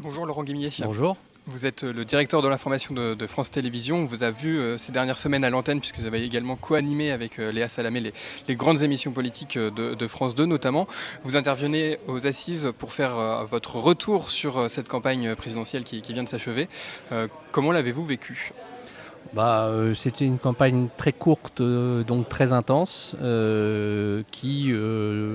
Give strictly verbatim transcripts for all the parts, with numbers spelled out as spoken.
Bonjour Laurent Guimier. Bonjour. Vous êtes le directeur de l'information de, de France Télévisions. On vous a vu euh, ces dernières semaines à l'antenne puisque vous avez également co-animé avec euh, Léa Salamé les, les grandes émissions politiques de, de France deux notamment. Vous intervenez aux Assises pour faire euh, votre retour sur euh, cette campagne présidentielle qui, qui vient de s'achever. Euh, comment l'avez-vous vécu ? Bah, euh, c'était une campagne très courte, euh, donc très intense, euh, qui, euh,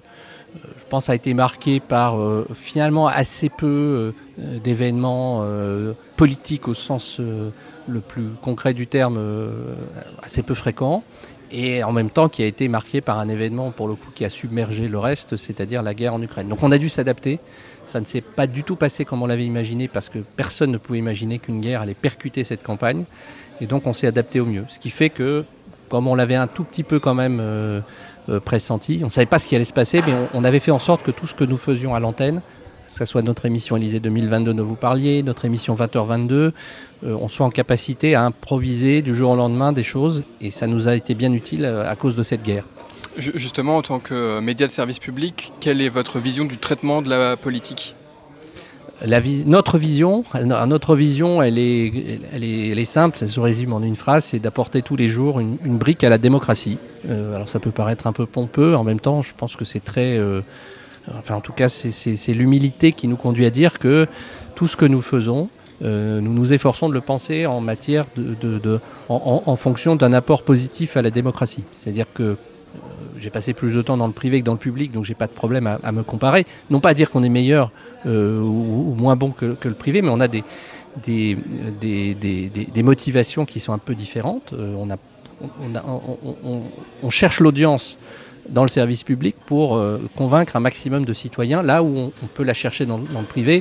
je pense, a été marquée par euh, finalement assez peu euh, d'événements euh, politiques au sens euh, le plus concret du terme, euh, assez peu fréquents, et en même temps qui a été marquée par un événement pour le coup qui a submergé le reste, c'est-à-dire la guerre en Ukraine. Donc on a dû s'adapter. Ça ne s'est pas du tout passé comme on l'avait imaginé parce que personne ne pouvait imaginer qu'une guerre allait percuter cette campagne. Et donc on s'est adapté au mieux. Ce qui fait que, comme on l'avait un tout petit peu quand même euh, euh, pressenti, on ne savait pas ce qui allait se passer, mais on, on avait fait en sorte que tout ce que nous faisions à l'antenne, que ce soit notre émission Élysée deux mille vingt-deux dont vous parliez, notre émission vingt heures vingt-deux, euh, on soit en capacité à improviser du jour au lendemain des choses. Et ça nous a été bien utile euh, à cause de cette guerre. Justement, en tant que média de service public, quelle est votre vision du traitement de la politique ? La vi- notre vision, notre vision, elle est, elle est, elle est simple, ça se résume en une phrase, c'est d'apporter tous les jours une, une brique à la démocratie. Euh, alors ça peut paraître un peu pompeux, en même temps, je pense que c'est très, euh, enfin en tout cas, c'est, c'est, c'est l'humilité qui nous conduit à dire que tout ce que nous faisons, euh, nous nous efforçons de le penser en matière de, de, de en, en, en fonction d'un apport positif à la démocratie. C'est-à-dire que j'ai passé plus de temps dans le privé que dans le public, donc j'ai pas de problème à, à me comparer. Non pas à dire qu'on est meilleur euh, ou, ou moins bon que, que le privé, mais on a des, des, des, des, des, des motivations qui sont un peu différentes. Euh, on, a, on, a, on, on, on cherche l'audience dans le service public pour euh, convaincre un maximum de citoyens, là où on, on peut la chercher dans, dans le privé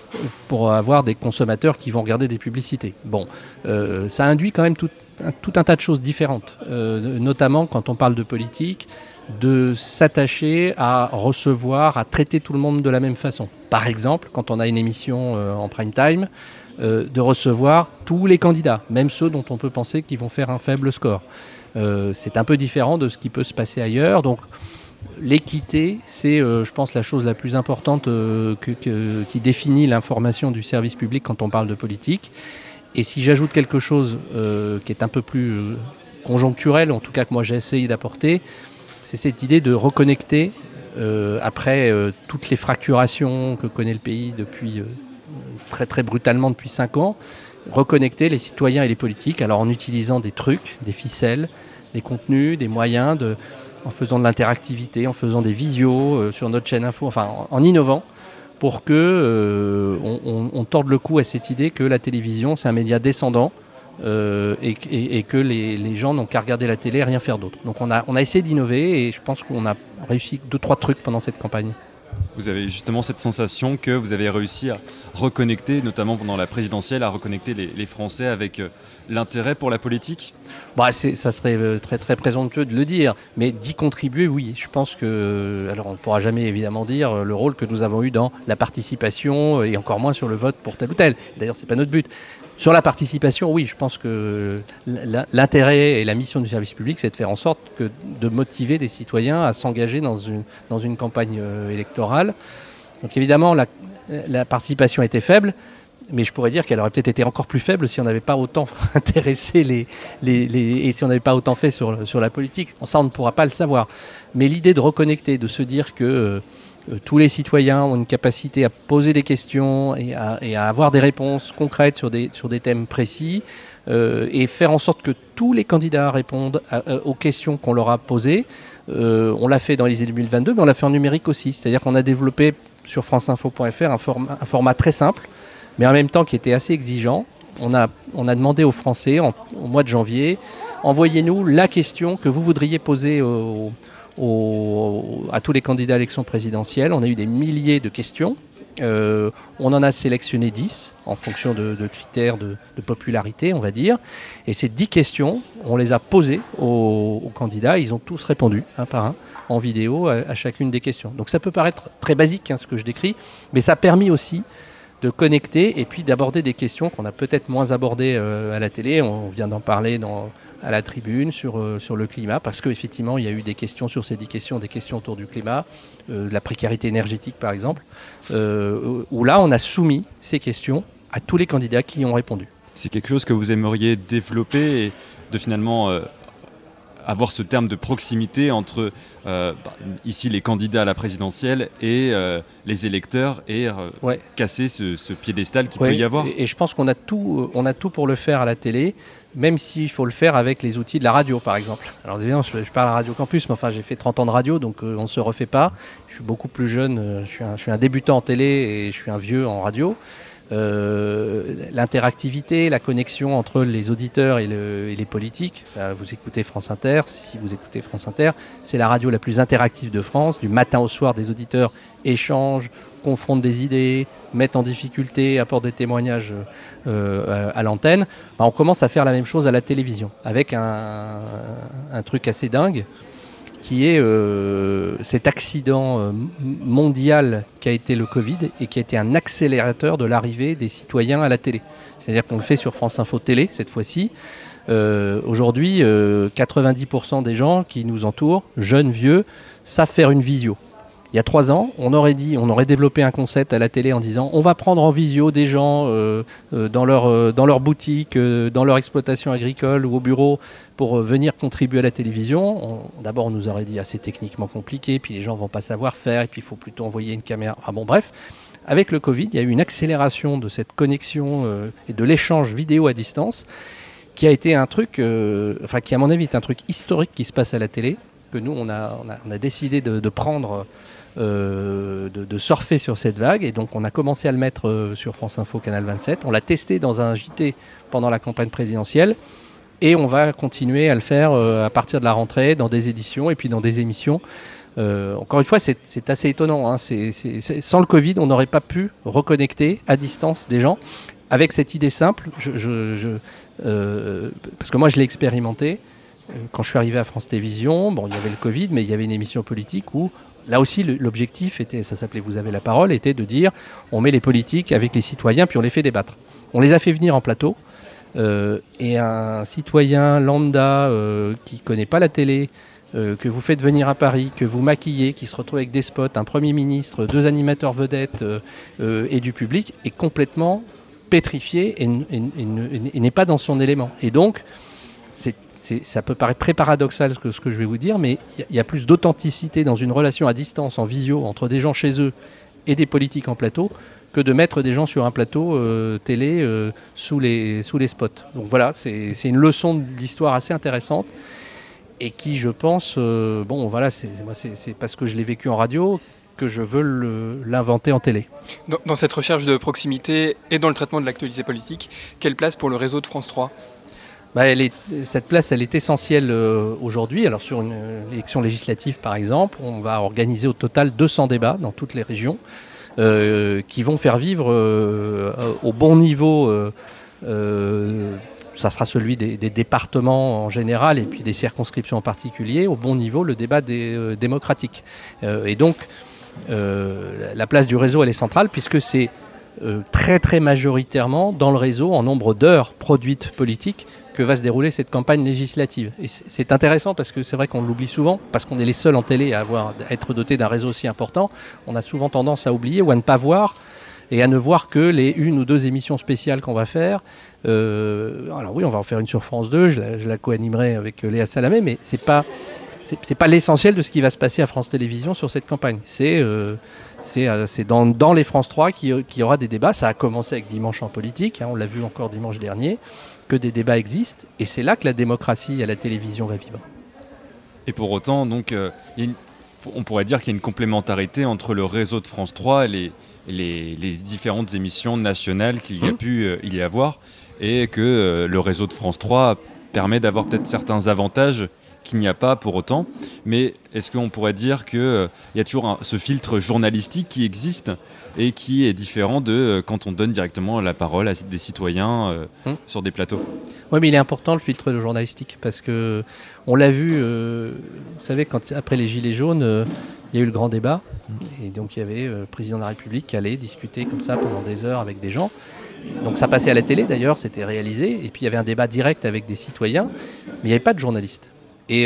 pour avoir des consommateurs qui vont regarder des publicités. Bon, euh, ça induit quand même tout Un, tout un tas de choses différentes, euh, notamment quand on parle de politique, de s'attacher à recevoir, à traiter tout le monde de la même façon. Par exemple, quand on a une émission euh, en prime time, euh, de recevoir tous les candidats, même ceux dont on peut penser qu'ils vont faire un faible score. Euh, c'est un peu différent de ce qui peut se passer ailleurs. Donc, l'équité, c'est, euh, je pense, la chose la plus importante euh, que, que, qui définit l'information du service public quand on parle de politique. Et si j'ajoute quelque chose euh, qui est un peu plus euh, conjoncturel, en tout cas que moi j'ai essayé d'apporter, c'est cette idée de reconnecter, euh, après euh, toutes les fracturations que connaît le pays depuis euh, très très brutalement depuis cinq ans, reconnecter les citoyens et les politiques, alors en utilisant des trucs, des ficelles, des contenus, des moyens, de, en faisant de l'interactivité, en faisant des visios euh, sur notre chaîne info, enfin en, en innovant, pour que euh, on, on, on torde le cou à cette idée que la télévision, c'est un média descendant euh, et, et, et que les, les gens n'ont qu'à regarder la télé et rien faire d'autre. Donc on a, on a essayé d'innover et je pense qu'on a réussi deux, trois trucs pendant cette campagne. Vous avez justement cette sensation que vous avez réussi à reconnecter, notamment pendant la présidentielle, à reconnecter les, les Français avec euh, l'intérêt pour la politique ? Bah, c'est, ça serait très, très présomptueux de le dire, mais d'y contribuer, oui. Je pense que, alors on ne pourra jamais évidemment dire le rôle que nous avons eu dans la participation et encore moins sur le vote pour tel ou tel. D'ailleurs, ce n'est pas notre but. Sur la participation, oui, je pense que l'intérêt et la mission du service public, c'est de faire en sorte que de motiver des citoyens à s'engager dans une, dans une campagne électorale. Donc évidemment, la, la participation était faible, mais je pourrais dire qu'elle aurait peut-être été encore plus faible si on n'avait pas autant intéressé les, les, les, et si on n'avait pas autant fait sur, sur la politique. Ça, on ne pourra pas le savoir. Mais l'idée de reconnecter, de se dire que euh, tous les citoyens ont une capacité à poser des questions et à, et à avoir des réponses concrètes sur des, sur des thèmes précis, euh, et faire en sorte que tous les candidats répondent à, à, aux questions qu'on leur a posées. Euh, on l'a fait dans l'Élysée deux mille vingt-deux, mais on l'a fait en numérique aussi. C'est-à-dire qu'on a développé sur franceinfo point f r un format, un format très simple, mais en même temps qui était assez exigeant. On a, on a demandé aux Français, en, au mois de janvier, envoyez-nous la question que vous voudriez poser au, au, à tous les candidats à l'élection présidentielle. On a eu des milliers de questions. Euh, on en a sélectionné dix, en fonction de, de critères de, de popularité, on va dire. Et ces dix questions, on les a posées aux, aux candidats. Ils ont tous répondu, un par un, en vidéo, à, à chacune des questions. Donc ça peut paraître très basique, hein, ce que je décris, mais ça a permis aussi de connecter et puis d'aborder des questions qu'on a peut-être moins abordées euh, à la télé. On vient d'en parler dans, à la tribune sur, euh, sur le climat, parce qu'effectivement, il y a eu des questions sur ces dix questions, des questions autour du climat, euh, de la précarité énergétique par exemple, euh, où là, on a soumis ces questions à tous les candidats qui y ont répondu. C'est quelque chose que vous aimeriez développer et de finalement euh, avoir ce terme de proximité entre euh, bah, ici les candidats à la présidentielle et euh, les électeurs et euh, ouais. casser ce, ce piédestal qu'il ouais. peut y avoir. Et, et je pense qu'on a tout, on a tout pour le faire à la télé, même s'il faut le faire avec les outils de la radio par exemple. Alors évidemment, je, je parle à Radio Campus, mais enfin j'ai fait trente ans de radio, donc euh, on ne se refait pas. Je suis beaucoup plus jeune, euh, je, suis un, je suis un débutant en télé et je suis un vieux en radio. Euh, l'interactivité, la connexion entre les auditeurs et, le, et les politiques. Enfin, vous écoutez France Inter, si vous écoutez France Inter, c'est la radio la plus interactive de France. Du matin au soir, des auditeurs échangent, confrontent des idées, mettent en difficulté, apportent des témoignages euh, à, à l'antenne. Ben, on commence à faire la même chose à la télévision, avec un, un truc assez dingue, qui est euh, cet accident euh, mondial qui a été le Covid et qui a été un accélérateur de l'arrivée des citoyens à la télé. C'est-à-dire qu'on le fait sur France Info Télé cette fois-ci. Euh, aujourd'hui, euh, quatre-vingt-dix pour cent des gens qui nous entourent, jeunes, vieux, savent faire une visio. Il y a trois ans, on aurait dit, on aurait développé un concept à la télé en disant on va prendre en visio des gens euh, euh, dans leur euh, dans leur boutique, euh, dans leur exploitation agricole ou au bureau pour euh, venir contribuer à la télévision. On, d'abord, on nous aurait dit ah, c'est techniquement compliqué, puis les gens vont pas savoir faire, et puis il faut plutôt envoyer une caméra. Ah bon, bref. Avec le Covid, il y a eu une accélération de cette connexion euh, et de l'échange vidéo à distance, qui a été un truc, euh, enfin qui à mon avis est un truc historique qui se passe à la télé, que nous on a on a, on a décidé de, de prendre. Euh, de, de surfer sur cette vague, et donc on a commencé à le mettre euh, sur France Info Canal vingt-sept. On l'a testé dans un J T pendant la campagne présidentielle et on va continuer à le faire euh, à partir de la rentrée dans des éditions et puis dans des émissions. Euh, encore une fois, c'est, c'est assez étonnant, hein. c'est, c'est, c'est, sans le Covid, on n'aurait pas pu reconnecter à distance des gens avec cette idée simple. Je, je, je, euh, parce que moi je l'ai expérimenté quand je suis arrivé à France Télévisions. Bon, il y avait le Covid, mais il y avait une émission politique où là aussi, l'objectif était, ça s'appelait Vous avez la parole, était de dire on met les politiques avec les citoyens puis on les fait débattre. On les a fait venir en plateau euh, et un citoyen lambda euh, qui ne connaît pas la télé, euh, que vous faites venir à Paris, que vous maquillez, qui se retrouve avec des spots, un Premier ministre, deux animateurs vedettes euh, euh, et du public, est complètement pétrifié et, et, et, et n'est pas dans son élément. Et donc, c'est C'est, ça peut paraître très paradoxal ce que, ce que je vais vous dire, mais il y, y a plus d'authenticité dans une relation à distance, en visio, entre des gens chez eux et des politiques en plateau, que de mettre des gens sur un plateau euh, télé euh, sous, les, sous les spots. Donc voilà, c'est, c'est une leçon d'histoire assez intéressante et qui, je pense, euh, bon voilà, c'est, moi, c'est, c'est parce que je l'ai vécu en radio que je veux le, l'inventer en télé. Dans, dans cette recherche de proximité et dans le traitement de l'actualité politique, quelle place pour le réseau de France trois ? Bah, elle est, cette place, elle est essentielle euh, aujourd'hui. Alors sur une euh, élection législative, par exemple, on va organiser au total deux cents débats dans toutes les régions euh, qui vont faire vivre euh, au bon niveau. Euh, euh, ça sera celui des, des départements en général et puis des circonscriptions en particulier, au bon niveau, le débat des, euh, démocratique. Euh, et donc, euh, la place du réseau, elle est centrale puisque c'est euh, très très majoritairement dans le réseau, en nombre d'heures produites politiques, que va se dérouler cette campagne législative. Et c'est intéressant parce que c'est vrai qu'on l'oublie souvent, parce qu'on est les seuls en télé à, avoir, à être dotés d'un réseau aussi important. On a souvent tendance à oublier ou à ne pas voir et à ne voir que les une ou deux émissions spéciales qu'on va faire. Euh, alors oui, on va en faire une sur France deux, je la, je la co-animerai avec Léa Salamé, mais c'est pas, c'est, c'est pas l'essentiel de ce qui va se passer à France Télévisions sur cette campagne. C'est, euh, c'est, euh, c'est dans, dans les France trois qu'il qui y aura des débats. Ça a commencé avec Dimanche en politique, hein, on l'a vu encore dimanche dernier, que des débats existent, et c'est là que la démocratie à la télévision va vivre. Et pour autant, donc, euh, y a une, on pourrait dire qu'il y a une complémentarité entre le réseau de France trois et les, les, les différentes émissions nationales qu'il y a mmh. pu euh, y avoir, et que euh, le réseau de France trois permet d'avoir peut-être certains avantages qu'il n'y a pas pour autant. Mais est-ce qu'on pourrait dire qu'il euh, y a toujours un, ce filtre journalistique qui existe et qui est différent de euh, quand on donne directement la parole à des citoyens euh, mmh. sur des plateaux ? Oui, mais il est important le filtre journalistique parce que on l'a vu, euh, vous savez, quand, après les Gilets jaunes, euh, il y a eu le grand débat, mmh. et donc il y avait euh, le président de la République qui allait discuter comme ça pendant des heures avec des gens. Donc ça passait à la télé d'ailleurs, c'était réalisé, et puis il y avait un débat direct avec des citoyens, mais il n'y avait pas de journalistes. Et,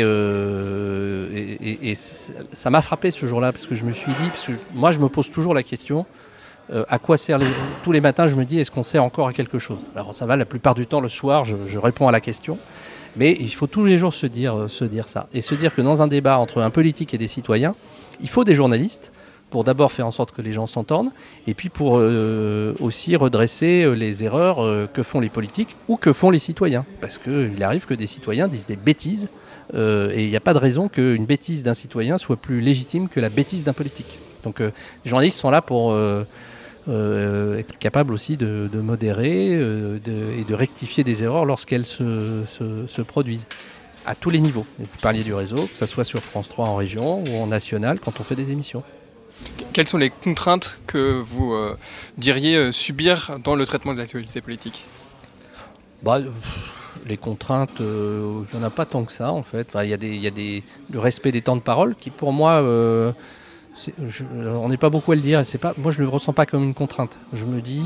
euh, et, et, et ça m'a frappé ce jour-là, parce que je me suis dit, parce que moi je me pose toujours la question, euh, à quoi sert les... Tous les matins je me dis, est-ce qu'on sert encore à quelque chose? Alors ça va, la plupart du temps le soir je, je réponds à la question, mais il faut tous les jours se dire, se dire ça, et se dire que dans un débat entre un politique et des citoyens, il faut des journalistes, pour d'abord faire en sorte que les gens s'entendent, et puis pour euh, aussi redresser les erreurs euh, que font les politiques ou que font les citoyens. Parce qu'il arrive que des citoyens disent des bêtises, euh, et il n'y a pas de raison qu'une bêtise d'un citoyen soit plus légitime que la bêtise d'un politique. Donc euh, les journalistes sont là pour euh, euh, être capables aussi de, de modérer euh, de, et de rectifier des erreurs lorsqu'elles se, se, se produisent. À tous les niveaux. Vous parliez du réseau, que ce soit sur France trois en région ou en national quand on fait des émissions. Quelles sont les contraintes que vous euh, diriez euh, subir dans le traitement de l'actualité politique? bah, Les contraintes, euh, il n'y en a pas tant que ça en fait. Il y a, des, y a des, le respect des temps de parole qui pour moi, euh, je, on n'est pas beaucoup à le dire. C'est pas, moi je ne le ressens pas comme une contrainte. Je me dis,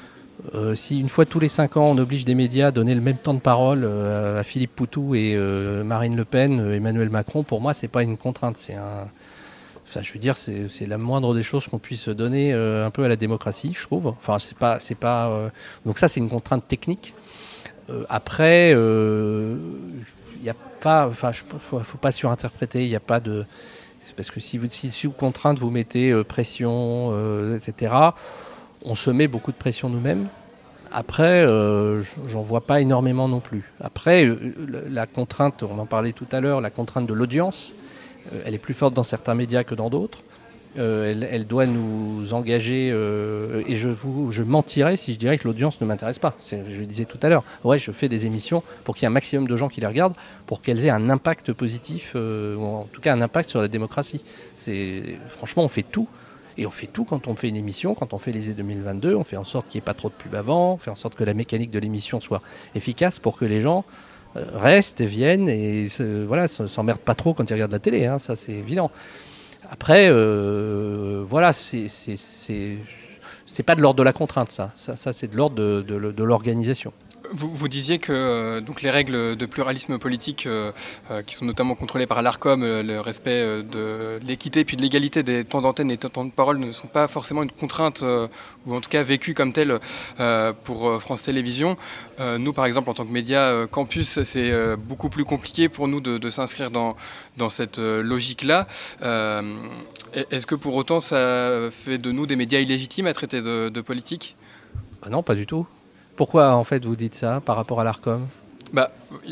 euh, si une fois tous les cinq ans on oblige des médias à donner le même temps de parole euh, à Philippe Poutou et euh, Marine Le Pen, euh, Emmanuel Macron, pour moi c'est pas une contrainte, c'est un... Enfin, je veux dire, c'est, c'est la moindre des choses qu'on puisse donner euh, un peu à la démocratie, je trouve. Enfin, c'est pas, c'est pas. Euh... Donc ça, c'est une contrainte technique. Euh, après, il euh, n'y a pas. Enfin, il faut, faut pas surinterpréter. Il n'y a pas de. C'est parce que si vous, si sous contrainte vous mettez euh, pression, euh, et cetera. On se met beaucoup de pression nous-mêmes. Après, euh, j'en vois pas énormément non plus. Après, euh, la contrainte, on en parlait tout à l'heure, la contrainte de l'audience. Elle est plus forte dans certains médias que dans d'autres. Euh, elle, elle doit nous engager. Euh, et je, vous, je mentirais si je dirais que l'audience ne m'intéresse pas. C'est, je le disais tout à l'heure. Ouais, je fais des émissions pour qu'il y ait un maximum de gens qui les regardent, pour qu'elles aient un impact positif, euh, ou en tout cas un impact sur la démocratie. C'est, franchement, on fait tout. Et on fait tout quand on fait une émission, quand on fait les deux mille vingt-deux. On fait en sorte qu'il n'y ait pas trop de pub avant. On fait en sorte que la mécanique de l'émission soit efficace pour que les gens restent, viennent et se, voilà, s'emmerdent pas trop quand ils regardent la télé, hein, ça c'est évident. Après, euh, voilà, c'est, c'est, c'est, c'est pas de l'ordre de la contrainte, ça, ça, ça c'est de l'ordre de, de, de l'organisation. Vous, vous disiez que euh, donc les règles de pluralisme politique, euh, euh, qui sont notamment contrôlées par l'Arcom, euh, le respect euh, de l'équité puis de l'égalité des temps d'antenne et des temps de parole ne sont pas forcément une contrainte, euh, ou en tout cas vécues comme telles euh, pour France Télévisions. Euh, nous, par exemple, en tant que média euh, campus, c'est euh, beaucoup plus compliqué pour nous de, de s'inscrire dans, dans cette euh, logique-là. Euh, est-ce que pour autant ça fait de nous des médias illégitimes à traiter de, de politique? Ah non, pas du tout. Pourquoi en fait vous dites ça par rapport à l'Arcom? Bah,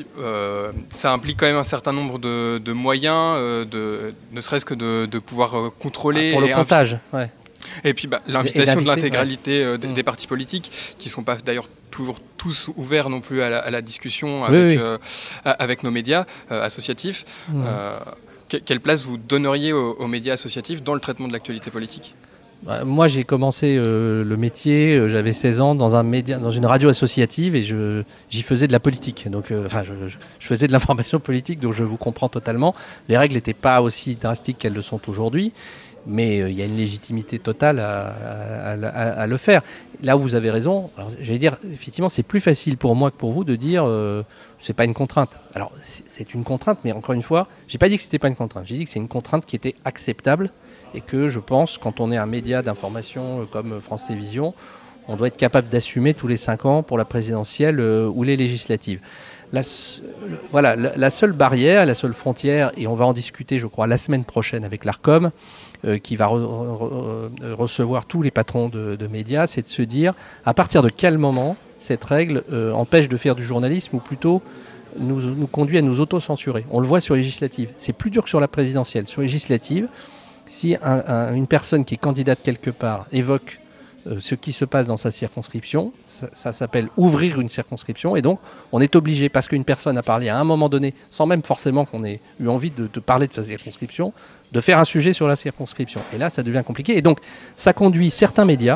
euh, ça implique quand même un certain nombre de, de moyens, euh, de, ne serait-ce que de, de pouvoir euh, contrôler. Ah, pour le et comptage, inv- ouais. Et puis bah, l'invitation de l'intégralité ouais. euh, des, mmh. des partis politiques, qui ne sont pas d'ailleurs toujours tous ouverts non plus à la, à la discussion oui, avec, oui. Euh, avec nos médias euh, associatifs. Mmh. Euh, que, quelle place vous donneriez aux, aux médias associatifs dans le traitement de l'actualité politique? Moi, j'ai commencé euh, le métier, euh, j'avais seize ans, dans, un média, dans une radio associative et je, j'y faisais de la politique. Donc, euh, enfin, je, je, je faisais de l'information politique, donc je vous comprends totalement. Les règles n'étaient pas aussi drastiques qu'elles le sont aujourd'hui, mais il euh, y a une légitimité totale à, à, à, à le faire. Là où vous avez raison, alors, j'allais dire, effectivement, c'est plus facile pour moi que pour vous de dire euh, c'est pas une contrainte. Alors, c'est, c'est une contrainte, mais encore une fois, j'ai pas dit que c'était pas une contrainte. J'ai dit que c'est une contrainte qui était acceptable. Et que je pense, quand on est un média d'information comme France Télévisions, on doit être capable d'assumer tous les cinq ans pour la présidentielle euh, ou les législatives. La, voilà, la, la seule barrière, la seule frontière, et on va en discuter, je crois, la semaine prochaine avec l'Arcom, euh, qui va re, re, recevoir tous les patrons de, de médias, c'est de se dire à partir de quel moment cette règle euh, empêche de faire du journalisme, ou plutôt nous, nous conduit à nous auto-censurer. On le voit sur les législatives. C'est plus dur que sur la présidentielle. Sur les législatives, si un, un, une personne qui est candidate quelque part évoque euh, ce qui se passe dans sa circonscription, ça, ça s'appelle ouvrir une circonscription, et donc on est obligé, parce qu'une personne a parlé à un moment donné, sans même forcément qu'on ait eu envie de, de parler de sa circonscription, de faire un sujet sur la circonscription. Et là, ça devient compliqué. Et donc, ça conduit certains médias,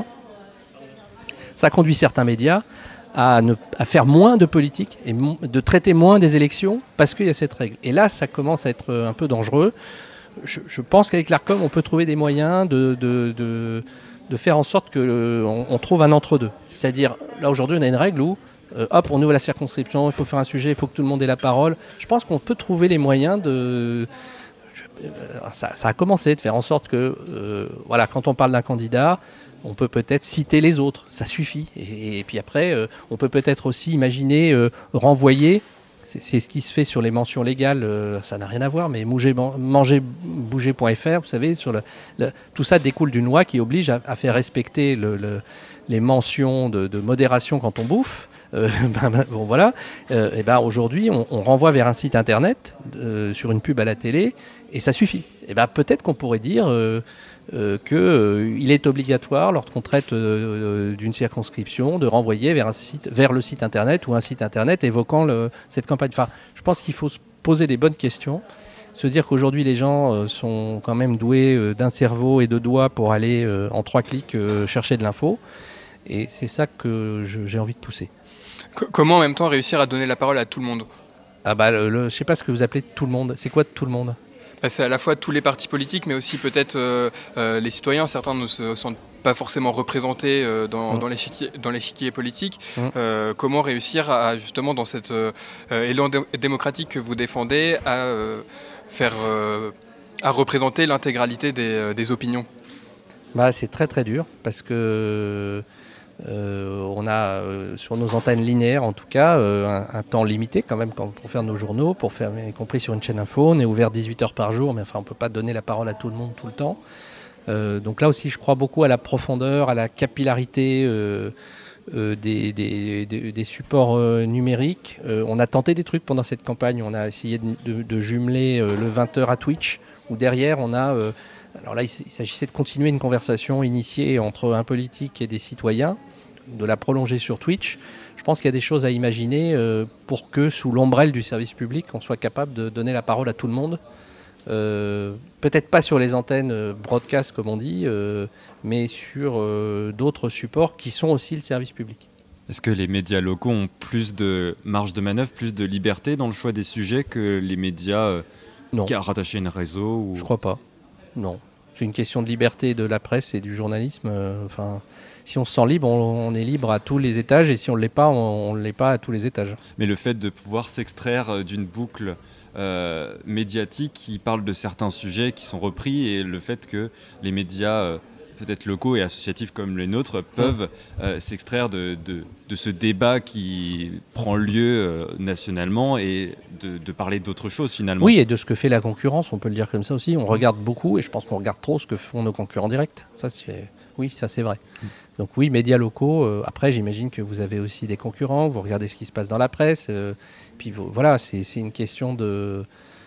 ça conduit certains médias à, ne, à faire moins de politique et mo- de traiter moins des élections parce qu'il y a cette règle. Et là, ça commence à être un peu dangereux. Je, je pense qu'avec l'Arcom, on peut trouver des moyens de, de, de, de faire en sorte qu'on euh, on trouve un entre-deux. C'est-à-dire, là aujourd'hui, on a une règle où, euh, hop, on ouvre la circonscription, il faut faire un sujet, il faut que tout le monde ait la parole. Je pense qu'on peut trouver les moyens de... Je, euh, ça, ça a commencé de faire en sorte que, euh, voilà, quand on parle d'un candidat, on peut peut-être citer les autres, ça suffit. Et, et puis après, euh, on peut peut-être aussi imaginer euh, renvoyer... C'est, c'est ce qui se fait sur les mentions légales, euh, ça n'a rien à voir, mais manger, manger bouger point f r, vous savez, sur le, le, tout ça découle d'une loi qui oblige à, à faire respecter le, le, les mentions de, de modération quand on bouffe. Euh, ben, bon, voilà. Euh, et ben, aujourd'hui, on, on renvoie vers un site internet, euh, sur une pub à la télé, et ça suffit. Et ben, peut-être qu'on pourrait dire euh, euh, qu'il euh, est obligatoire, lorsqu'on traite euh, d'une circonscription, de renvoyer vers, un site, vers le site internet ou un site internet évoquant le, cette campagne. Enfin, je pense qu'il faut se poser des bonnes questions, se dire qu'aujourd'hui les gens euh, sont quand même doués euh, d'un cerveau et de doigts pour aller euh, en trois clics euh, chercher de l'info. Et c'est ça que je, j'ai envie de pousser. Comment en même temps réussir à donner la parole à tout le monde ? Ah bah, le, le, je ne sais pas ce que vous appelez tout le monde. C'est quoi tout le monde ? Bah, c'est à la fois tous les partis politiques, mais aussi peut-être euh, euh, les citoyens. Certains ne se sentent pas forcément représentés euh, dans, mmh. dans, l'échiquier, dans l'échiquier politique. Mmh. Euh, comment réussir à, justement, dans cet euh, élan dé- démocratique que vous défendez, à, euh, faire, euh, à représenter l'intégralité des, euh, des opinions ? Bah, c'est très très dur, parce que... Euh, on a euh, sur nos antennes linéaires en tout cas euh, un, un temps limité quand même quand, pour faire nos journaux, pour faire, y compris sur une chaîne info, on est ouvert dix-huit heures par jour, mais enfin on ne peut pas donner la parole à tout le monde tout le temps. Euh, donc là aussi je crois beaucoup à la profondeur, à la capillarité euh, euh, des, des, des, des supports euh, numériques. Euh, on a tenté des trucs pendant cette campagne, on a essayé de, de, de jumeler euh, le vingt heures à Twitch, où derrière on a... Euh, Alors là, il s'agissait de continuer une conversation initiée entre un politique et des citoyens, de la prolonger sur Twitch. Je pense qu'il y a des choses à imaginer euh, pour que, sous l'ombrelle du service public, on soit capable de donner la parole à tout le monde. Euh, peut-être pas sur les antennes broadcast, comme on dit, euh, mais sur euh, d'autres supports qui sont aussi le service public. Est-ce que les médias locaux ont plus de marge de manœuvre, plus de liberté dans le choix des sujets que les médias euh, non. rattachés à un réseau ou... Je crois pas. Non. C'est une question de liberté de la presse et du journalisme. Enfin, si on se sent libre, on, on est libre à tous les étages, et si on ne l'est pas, on ne l'est pas à tous les étages. Mais le fait de pouvoir s'extraire d'une boucle euh, médiatique qui parle de certains sujets qui sont repris, et le fait que les médias, euh, peut-être locaux et associatifs comme les nôtres, peuvent euh, s'extraire de, de, de ce débat qui prend lieu euh, nationalement, et de, de parler d'autres choses finalement. Oui, et de ce que fait la concurrence, on peut le dire comme ça aussi. On regarde beaucoup, et je pense qu'on regarde trop ce que font nos concurrents directs. Ça, c'est... Oui, ça c'est vrai. Mmh. Donc oui, médias locaux. Euh, après, j'imagine que vous avez aussi des concurrents, vous regardez ce qui se passe dans la presse. Euh, puis vous, voilà, c'est, c'est une question de,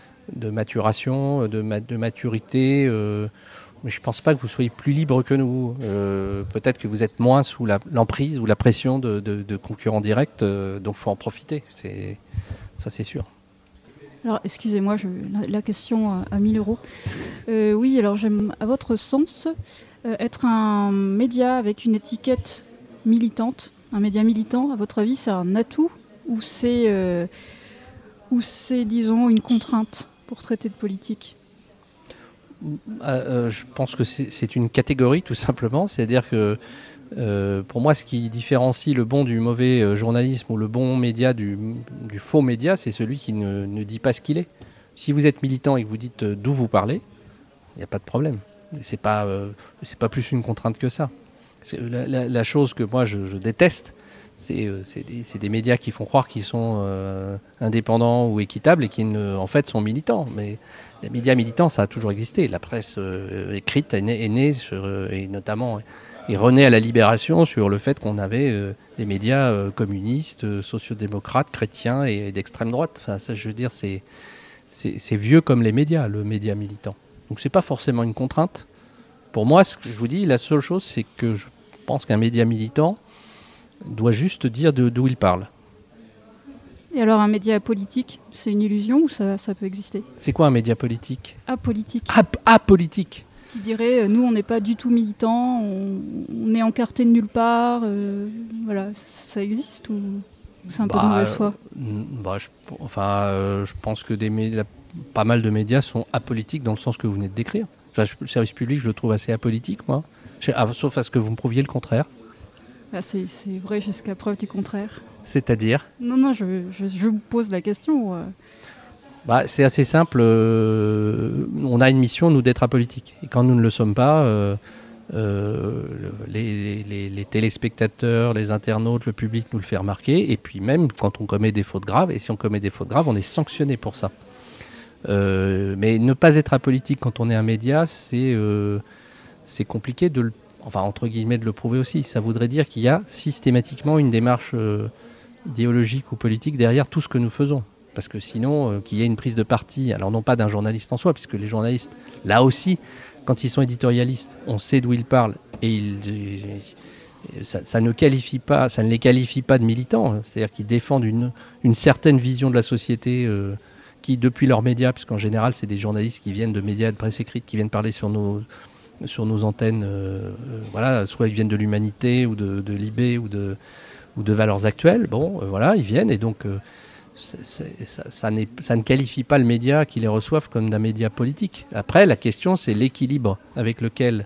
de maturation, de, ma, de maturité. Euh, mais je ne pense pas que vous soyez plus libre que nous. Euh, peut-être que vous êtes moins sous la, l'emprise ou la pression de, de, de concurrents directs, euh, donc il faut en profiter. C'est, ça, c'est sûr. Alors, excusez-moi, je, la, la question à, à mille euros. Euh, oui, alors j'aime, à votre sens, euh, être un média avec une étiquette militante, un média militant, à votre avis, c'est un atout ou c'est, euh, ou c'est, disons, une contrainte pour traiter de politique ? Euh, je pense que c'est, c'est une catégorie tout simplement, c'est-à-dire que euh, pour moi ce qui différencie le bon du mauvais euh, journalisme ou le bon média du, du faux média, c'est celui qui ne, ne dit pas ce qu'il est. Si vous êtes militant et que vous dites euh, d'où vous parlez, il n'y a pas de problème. C'est pas, euh, c'est pas plus une contrainte que ça. C'est la, la, la chose que moi je, je déteste, c'est, euh, c'est, des, c'est des médias qui font croire qu'ils sont euh, indépendants ou équitables et qui ne, en fait sont militants. Mais les médias militants, ça a toujours existé. La presse euh, écrite est née, est née sur, euh, et notamment est renée à la Libération sur le fait qu'on avait euh, des médias euh, communistes, euh, sociodémocrates, chrétiens et, et d'extrême droite. Enfin, ça, je veux dire, c'est, c'est, c'est vieux comme les médias, le média militant. Donc, c'est pas forcément une contrainte. Pour moi, ce que je vous dis, la seule chose, c'est que je pense qu'un média militant doit juste dire de, d'où il parle. Et alors un média politique, c'est une illusion ou ça, ça peut exister ? C'est quoi un média politique ? Apolitique. Ap- apolitique. Qui dirait, euh, nous on n'est pas du tout militants, on, on est encarté de nulle part, euh, voilà, ça existe ou c'est un bah, peu de mauvaise foi ? euh, bah, je, Enfin, euh, je pense que des médias, pas mal de médias sont apolitiques dans le sens que vous venez de décrire. Enfin, je, le service public, je le trouve assez apolitique, moi. Je, ah, sauf à ce que vous me prouviez le contraire. Bah, c'est, c'est vrai jusqu'à preuve du contraire. C'est-à-dire ? Non, non, je, je, je vous pose la question. Euh. Bah, c'est assez simple. Euh, on a une mission, nous, d'être apolitiques. Et quand nous ne le sommes pas, euh, euh, les, les, les téléspectateurs, les internautes, le public nous le fait remarquer. Et puis même quand on commet des fautes graves, et si on commet des fautes graves, on est sanctionné pour ça. Euh, mais ne pas être apolitique quand on est un média, c'est, euh, c'est compliqué de le, enfin, entre guillemets, de le prouver aussi. Ça voudrait dire qu'il y a systématiquement une démarche euh, idéologique ou politique derrière tout ce que nous faisons. Parce que sinon, euh, qu'il y ait une prise de parti, alors non pas d'un journaliste en soi, puisque les journalistes, là aussi, quand ils sont éditorialistes, on sait d'où ils parlent, et ils, ça, ça, ne qualifie pas, ça ne les qualifie pas de militants, c'est-à-dire qu'ils défendent une, une certaine vision de la société euh, qui, depuis leurs médias, puisqu'en général, c'est des journalistes qui viennent de médias de presse écrite, qui viennent parler sur nos, sur nos antennes, euh, euh, voilà, soit ils viennent de l'Humanité, ou de, de Libé, ou de, ou de Valeurs Actuelles, bon, euh, voilà, ils viennent, et donc... Euh, C'est, c'est, ça, ça, n'est, ça ne qualifie pas le média qui les reçoive comme d'un média politique. Après, la question, c'est l'équilibre avec lequel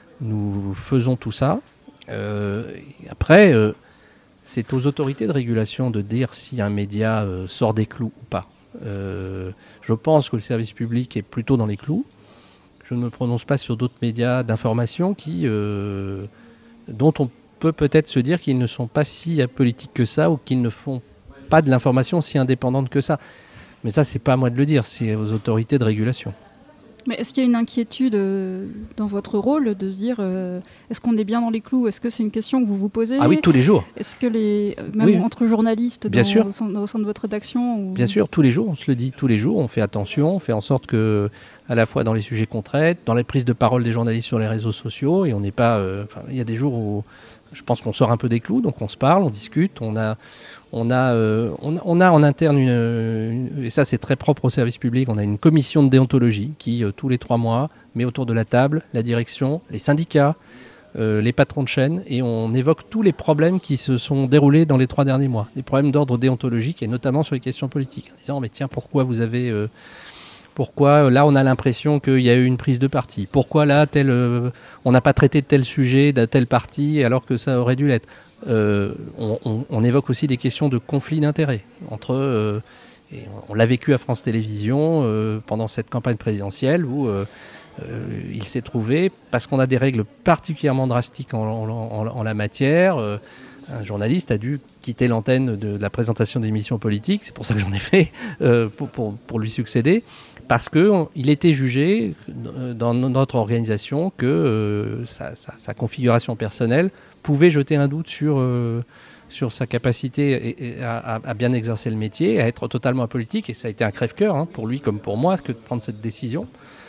nous faisons tout ça. Euh, après, euh, c'est aux autorités de régulation de dire si un média euh, sort des clous ou pas. Euh, je pense que le service public est plutôt dans les clous. Je ne me prononce pas sur d'autres médias d'information qui, euh, dont on peut peut-être se dire qu'ils ne sont pas si apolitiques que ça ou qu'ils ne font pas de l'information si indépendante que ça. Mais ça, c'est pas à moi de le dire, c'est aux autorités de régulation. Mais est-ce qu'il y a une inquiétude euh, dans votre rôle de se dire euh, est-ce qu'on est bien dans les clous ? Est-ce que c'est une question que vous vous posez ? Ah oui, tous les jours. Est-ce que les même oui. entre journalistes bien dans, sûr. Au, sein, au sein de votre rédaction ou... Bien sûr, tous les jours, on se le dit, tous les jours, on fait attention, on fait en sorte que, à la fois dans les sujets qu'on traite, dans les prises de parole des journalistes sur les réseaux sociaux, et on n'est pas... Euh, il y a des jours où je pense qu'on sort un peu des clous, donc on se parle, on discute, on a... On a, euh, on, on a en interne, une, une, et ça c'est très propre au service public, on a une commission de déontologie qui, euh, tous les trois mois, met autour de la table la direction, les syndicats, euh, les patrons de chaîne, et on évoque tous les problèmes qui se sont déroulés dans les trois derniers mois. Des problèmes d'ordre déontologique, et notamment sur les questions politiques. En disant, mais tiens, pourquoi vous avez... Euh, pourquoi là on a l'impression qu'il y a eu une prise de parti ? Pourquoi là, tel, euh, on n'a pas traité de tel sujet, de tel parti, alors que ça aurait dû l'être ? Euh, on, on, on évoque aussi des questions de conflit d'intérêts entre, euh, et on, on l'a vécu à France Télévisions euh, pendant cette campagne présidentielle où euh, euh, il s'est trouvé, parce qu'on a des règles particulièrement drastiques en, en, en, en la matière, euh, un journaliste a dû quitter l'antenne de, de la présentation d'émissions politiques, c'est pour ça que j'en ai fait, euh, pour, pour, pour lui succéder, parce qu'il était jugé dans notre organisation que euh, sa, sa, sa configuration personnelle pouvait jeter un doute sur, euh, sur sa capacité et, et à, à bien exercer le métier, à être totalement apolitique. Et ça a été un crève-cœur, hein, pour lui comme pour moi, que de prendre cette décision.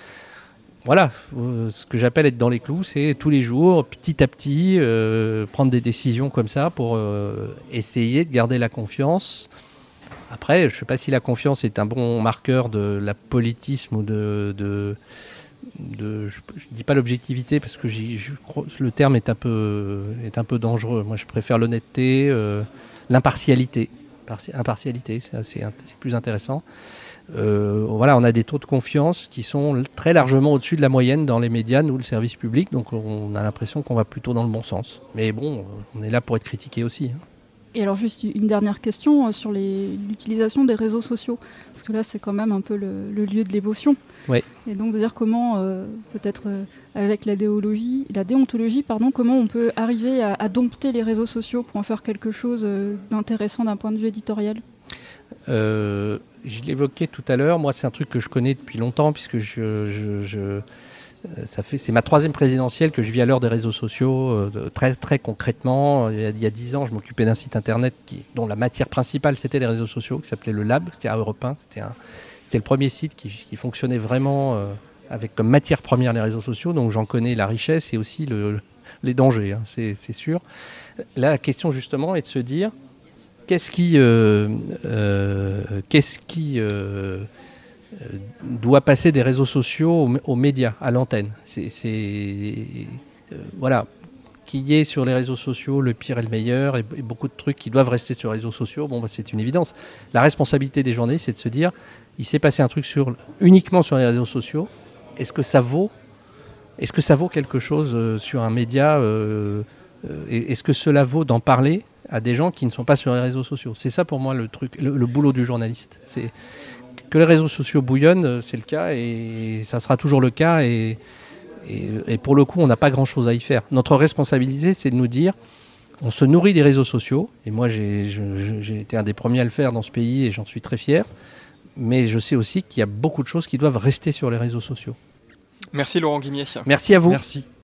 Voilà, euh, ce que j'appelle être dans les clous, c'est tous les jours, petit à petit, euh, prendre des décisions comme ça pour euh, essayer de garder la confiance. Après, je ne sais pas si la confiance est un bon marqueur de la politisme ou de... de De, je ne dis pas l'objectivité parce que j'y, je crois, le terme est un peu, est un peu dangereux. Moi, je préfère l'honnêteté, euh, l'impartialité. Parti, impartialité, c'est, assez, c'est plus intéressant. Euh, voilà, on a des taux de confiance qui sont très largement au-dessus de la moyenne dans les médias, nous, le service public. Donc, on a l'impression qu'on va plutôt dans le bon sens. Mais bon, on est là pour être critiqué aussi, hein. Et alors juste une dernière question euh, sur les, l'utilisation des réseaux sociaux, parce que là c'est quand même un peu le, le lieu de l'émotion. Oui. Et donc de dire comment, euh, peut-être euh, avec la déontologie, la déontologie, pardon, comment on peut arriver à, à dompter les réseaux sociaux pour en faire quelque chose euh, d'intéressant d'un point de vue éditorial. euh, Je l'évoquais tout à l'heure, moi c'est un truc que je connais depuis longtemps, puisque je... je, je... Ça fait, c'est ma troisième présidentielle que je vis à l'heure des réseaux sociaux, euh, très, très concrètement. Il y, a, il y a dix ans, je m'occupais d'un site internet qui, dont la matière principale c'était les réseaux sociaux, qui s'appelait le Lab, qui est à Europe un. C'était, un, c'était le premier site qui, qui fonctionnait vraiment euh, avec comme matière première les réseaux sociaux, donc j'en connais la richesse et aussi le, les dangers, hein, c'est, c'est sûr. La question justement est de se dire, qu'est-ce qui... Euh, euh, qu'est-ce qui euh, doit passer des réseaux sociaux aux, aux médias, à l'antenne. C'est, c'est euh, voilà, qu'il y ait sur les réseaux sociaux le pire et le meilleur, et, et beaucoup de trucs qui doivent rester sur les réseaux sociaux. Bon, bah, c'est une évidence. La responsabilité des journalistes, c'est de se dire, il s'est passé un truc sur, uniquement sur les réseaux sociaux. Est-ce que ça vaut est-ce que ça vaut quelque chose euh, sur un média euh, euh, Est-ce que cela vaut d'en parler à des gens qui ne sont pas sur les réseaux sociaux? C'est ça pour moi le truc, le, le boulot du journaliste. C'est que les réseaux sociaux bouillonnent, c'est le cas et ça sera toujours le cas. Et, et, et pour le coup, on n'a pas grand-chose à y faire. Notre responsabilité, c'est de nous dire, on se nourrit des réseaux sociaux. Et moi, j'ai, je, j'ai été un des premiers à le faire dans ce pays et j'en suis très fier. Mais je sais aussi qu'il y a beaucoup de choses qui doivent rester sur les réseaux sociaux. Merci Laurent Guimier. Merci à vous. Merci.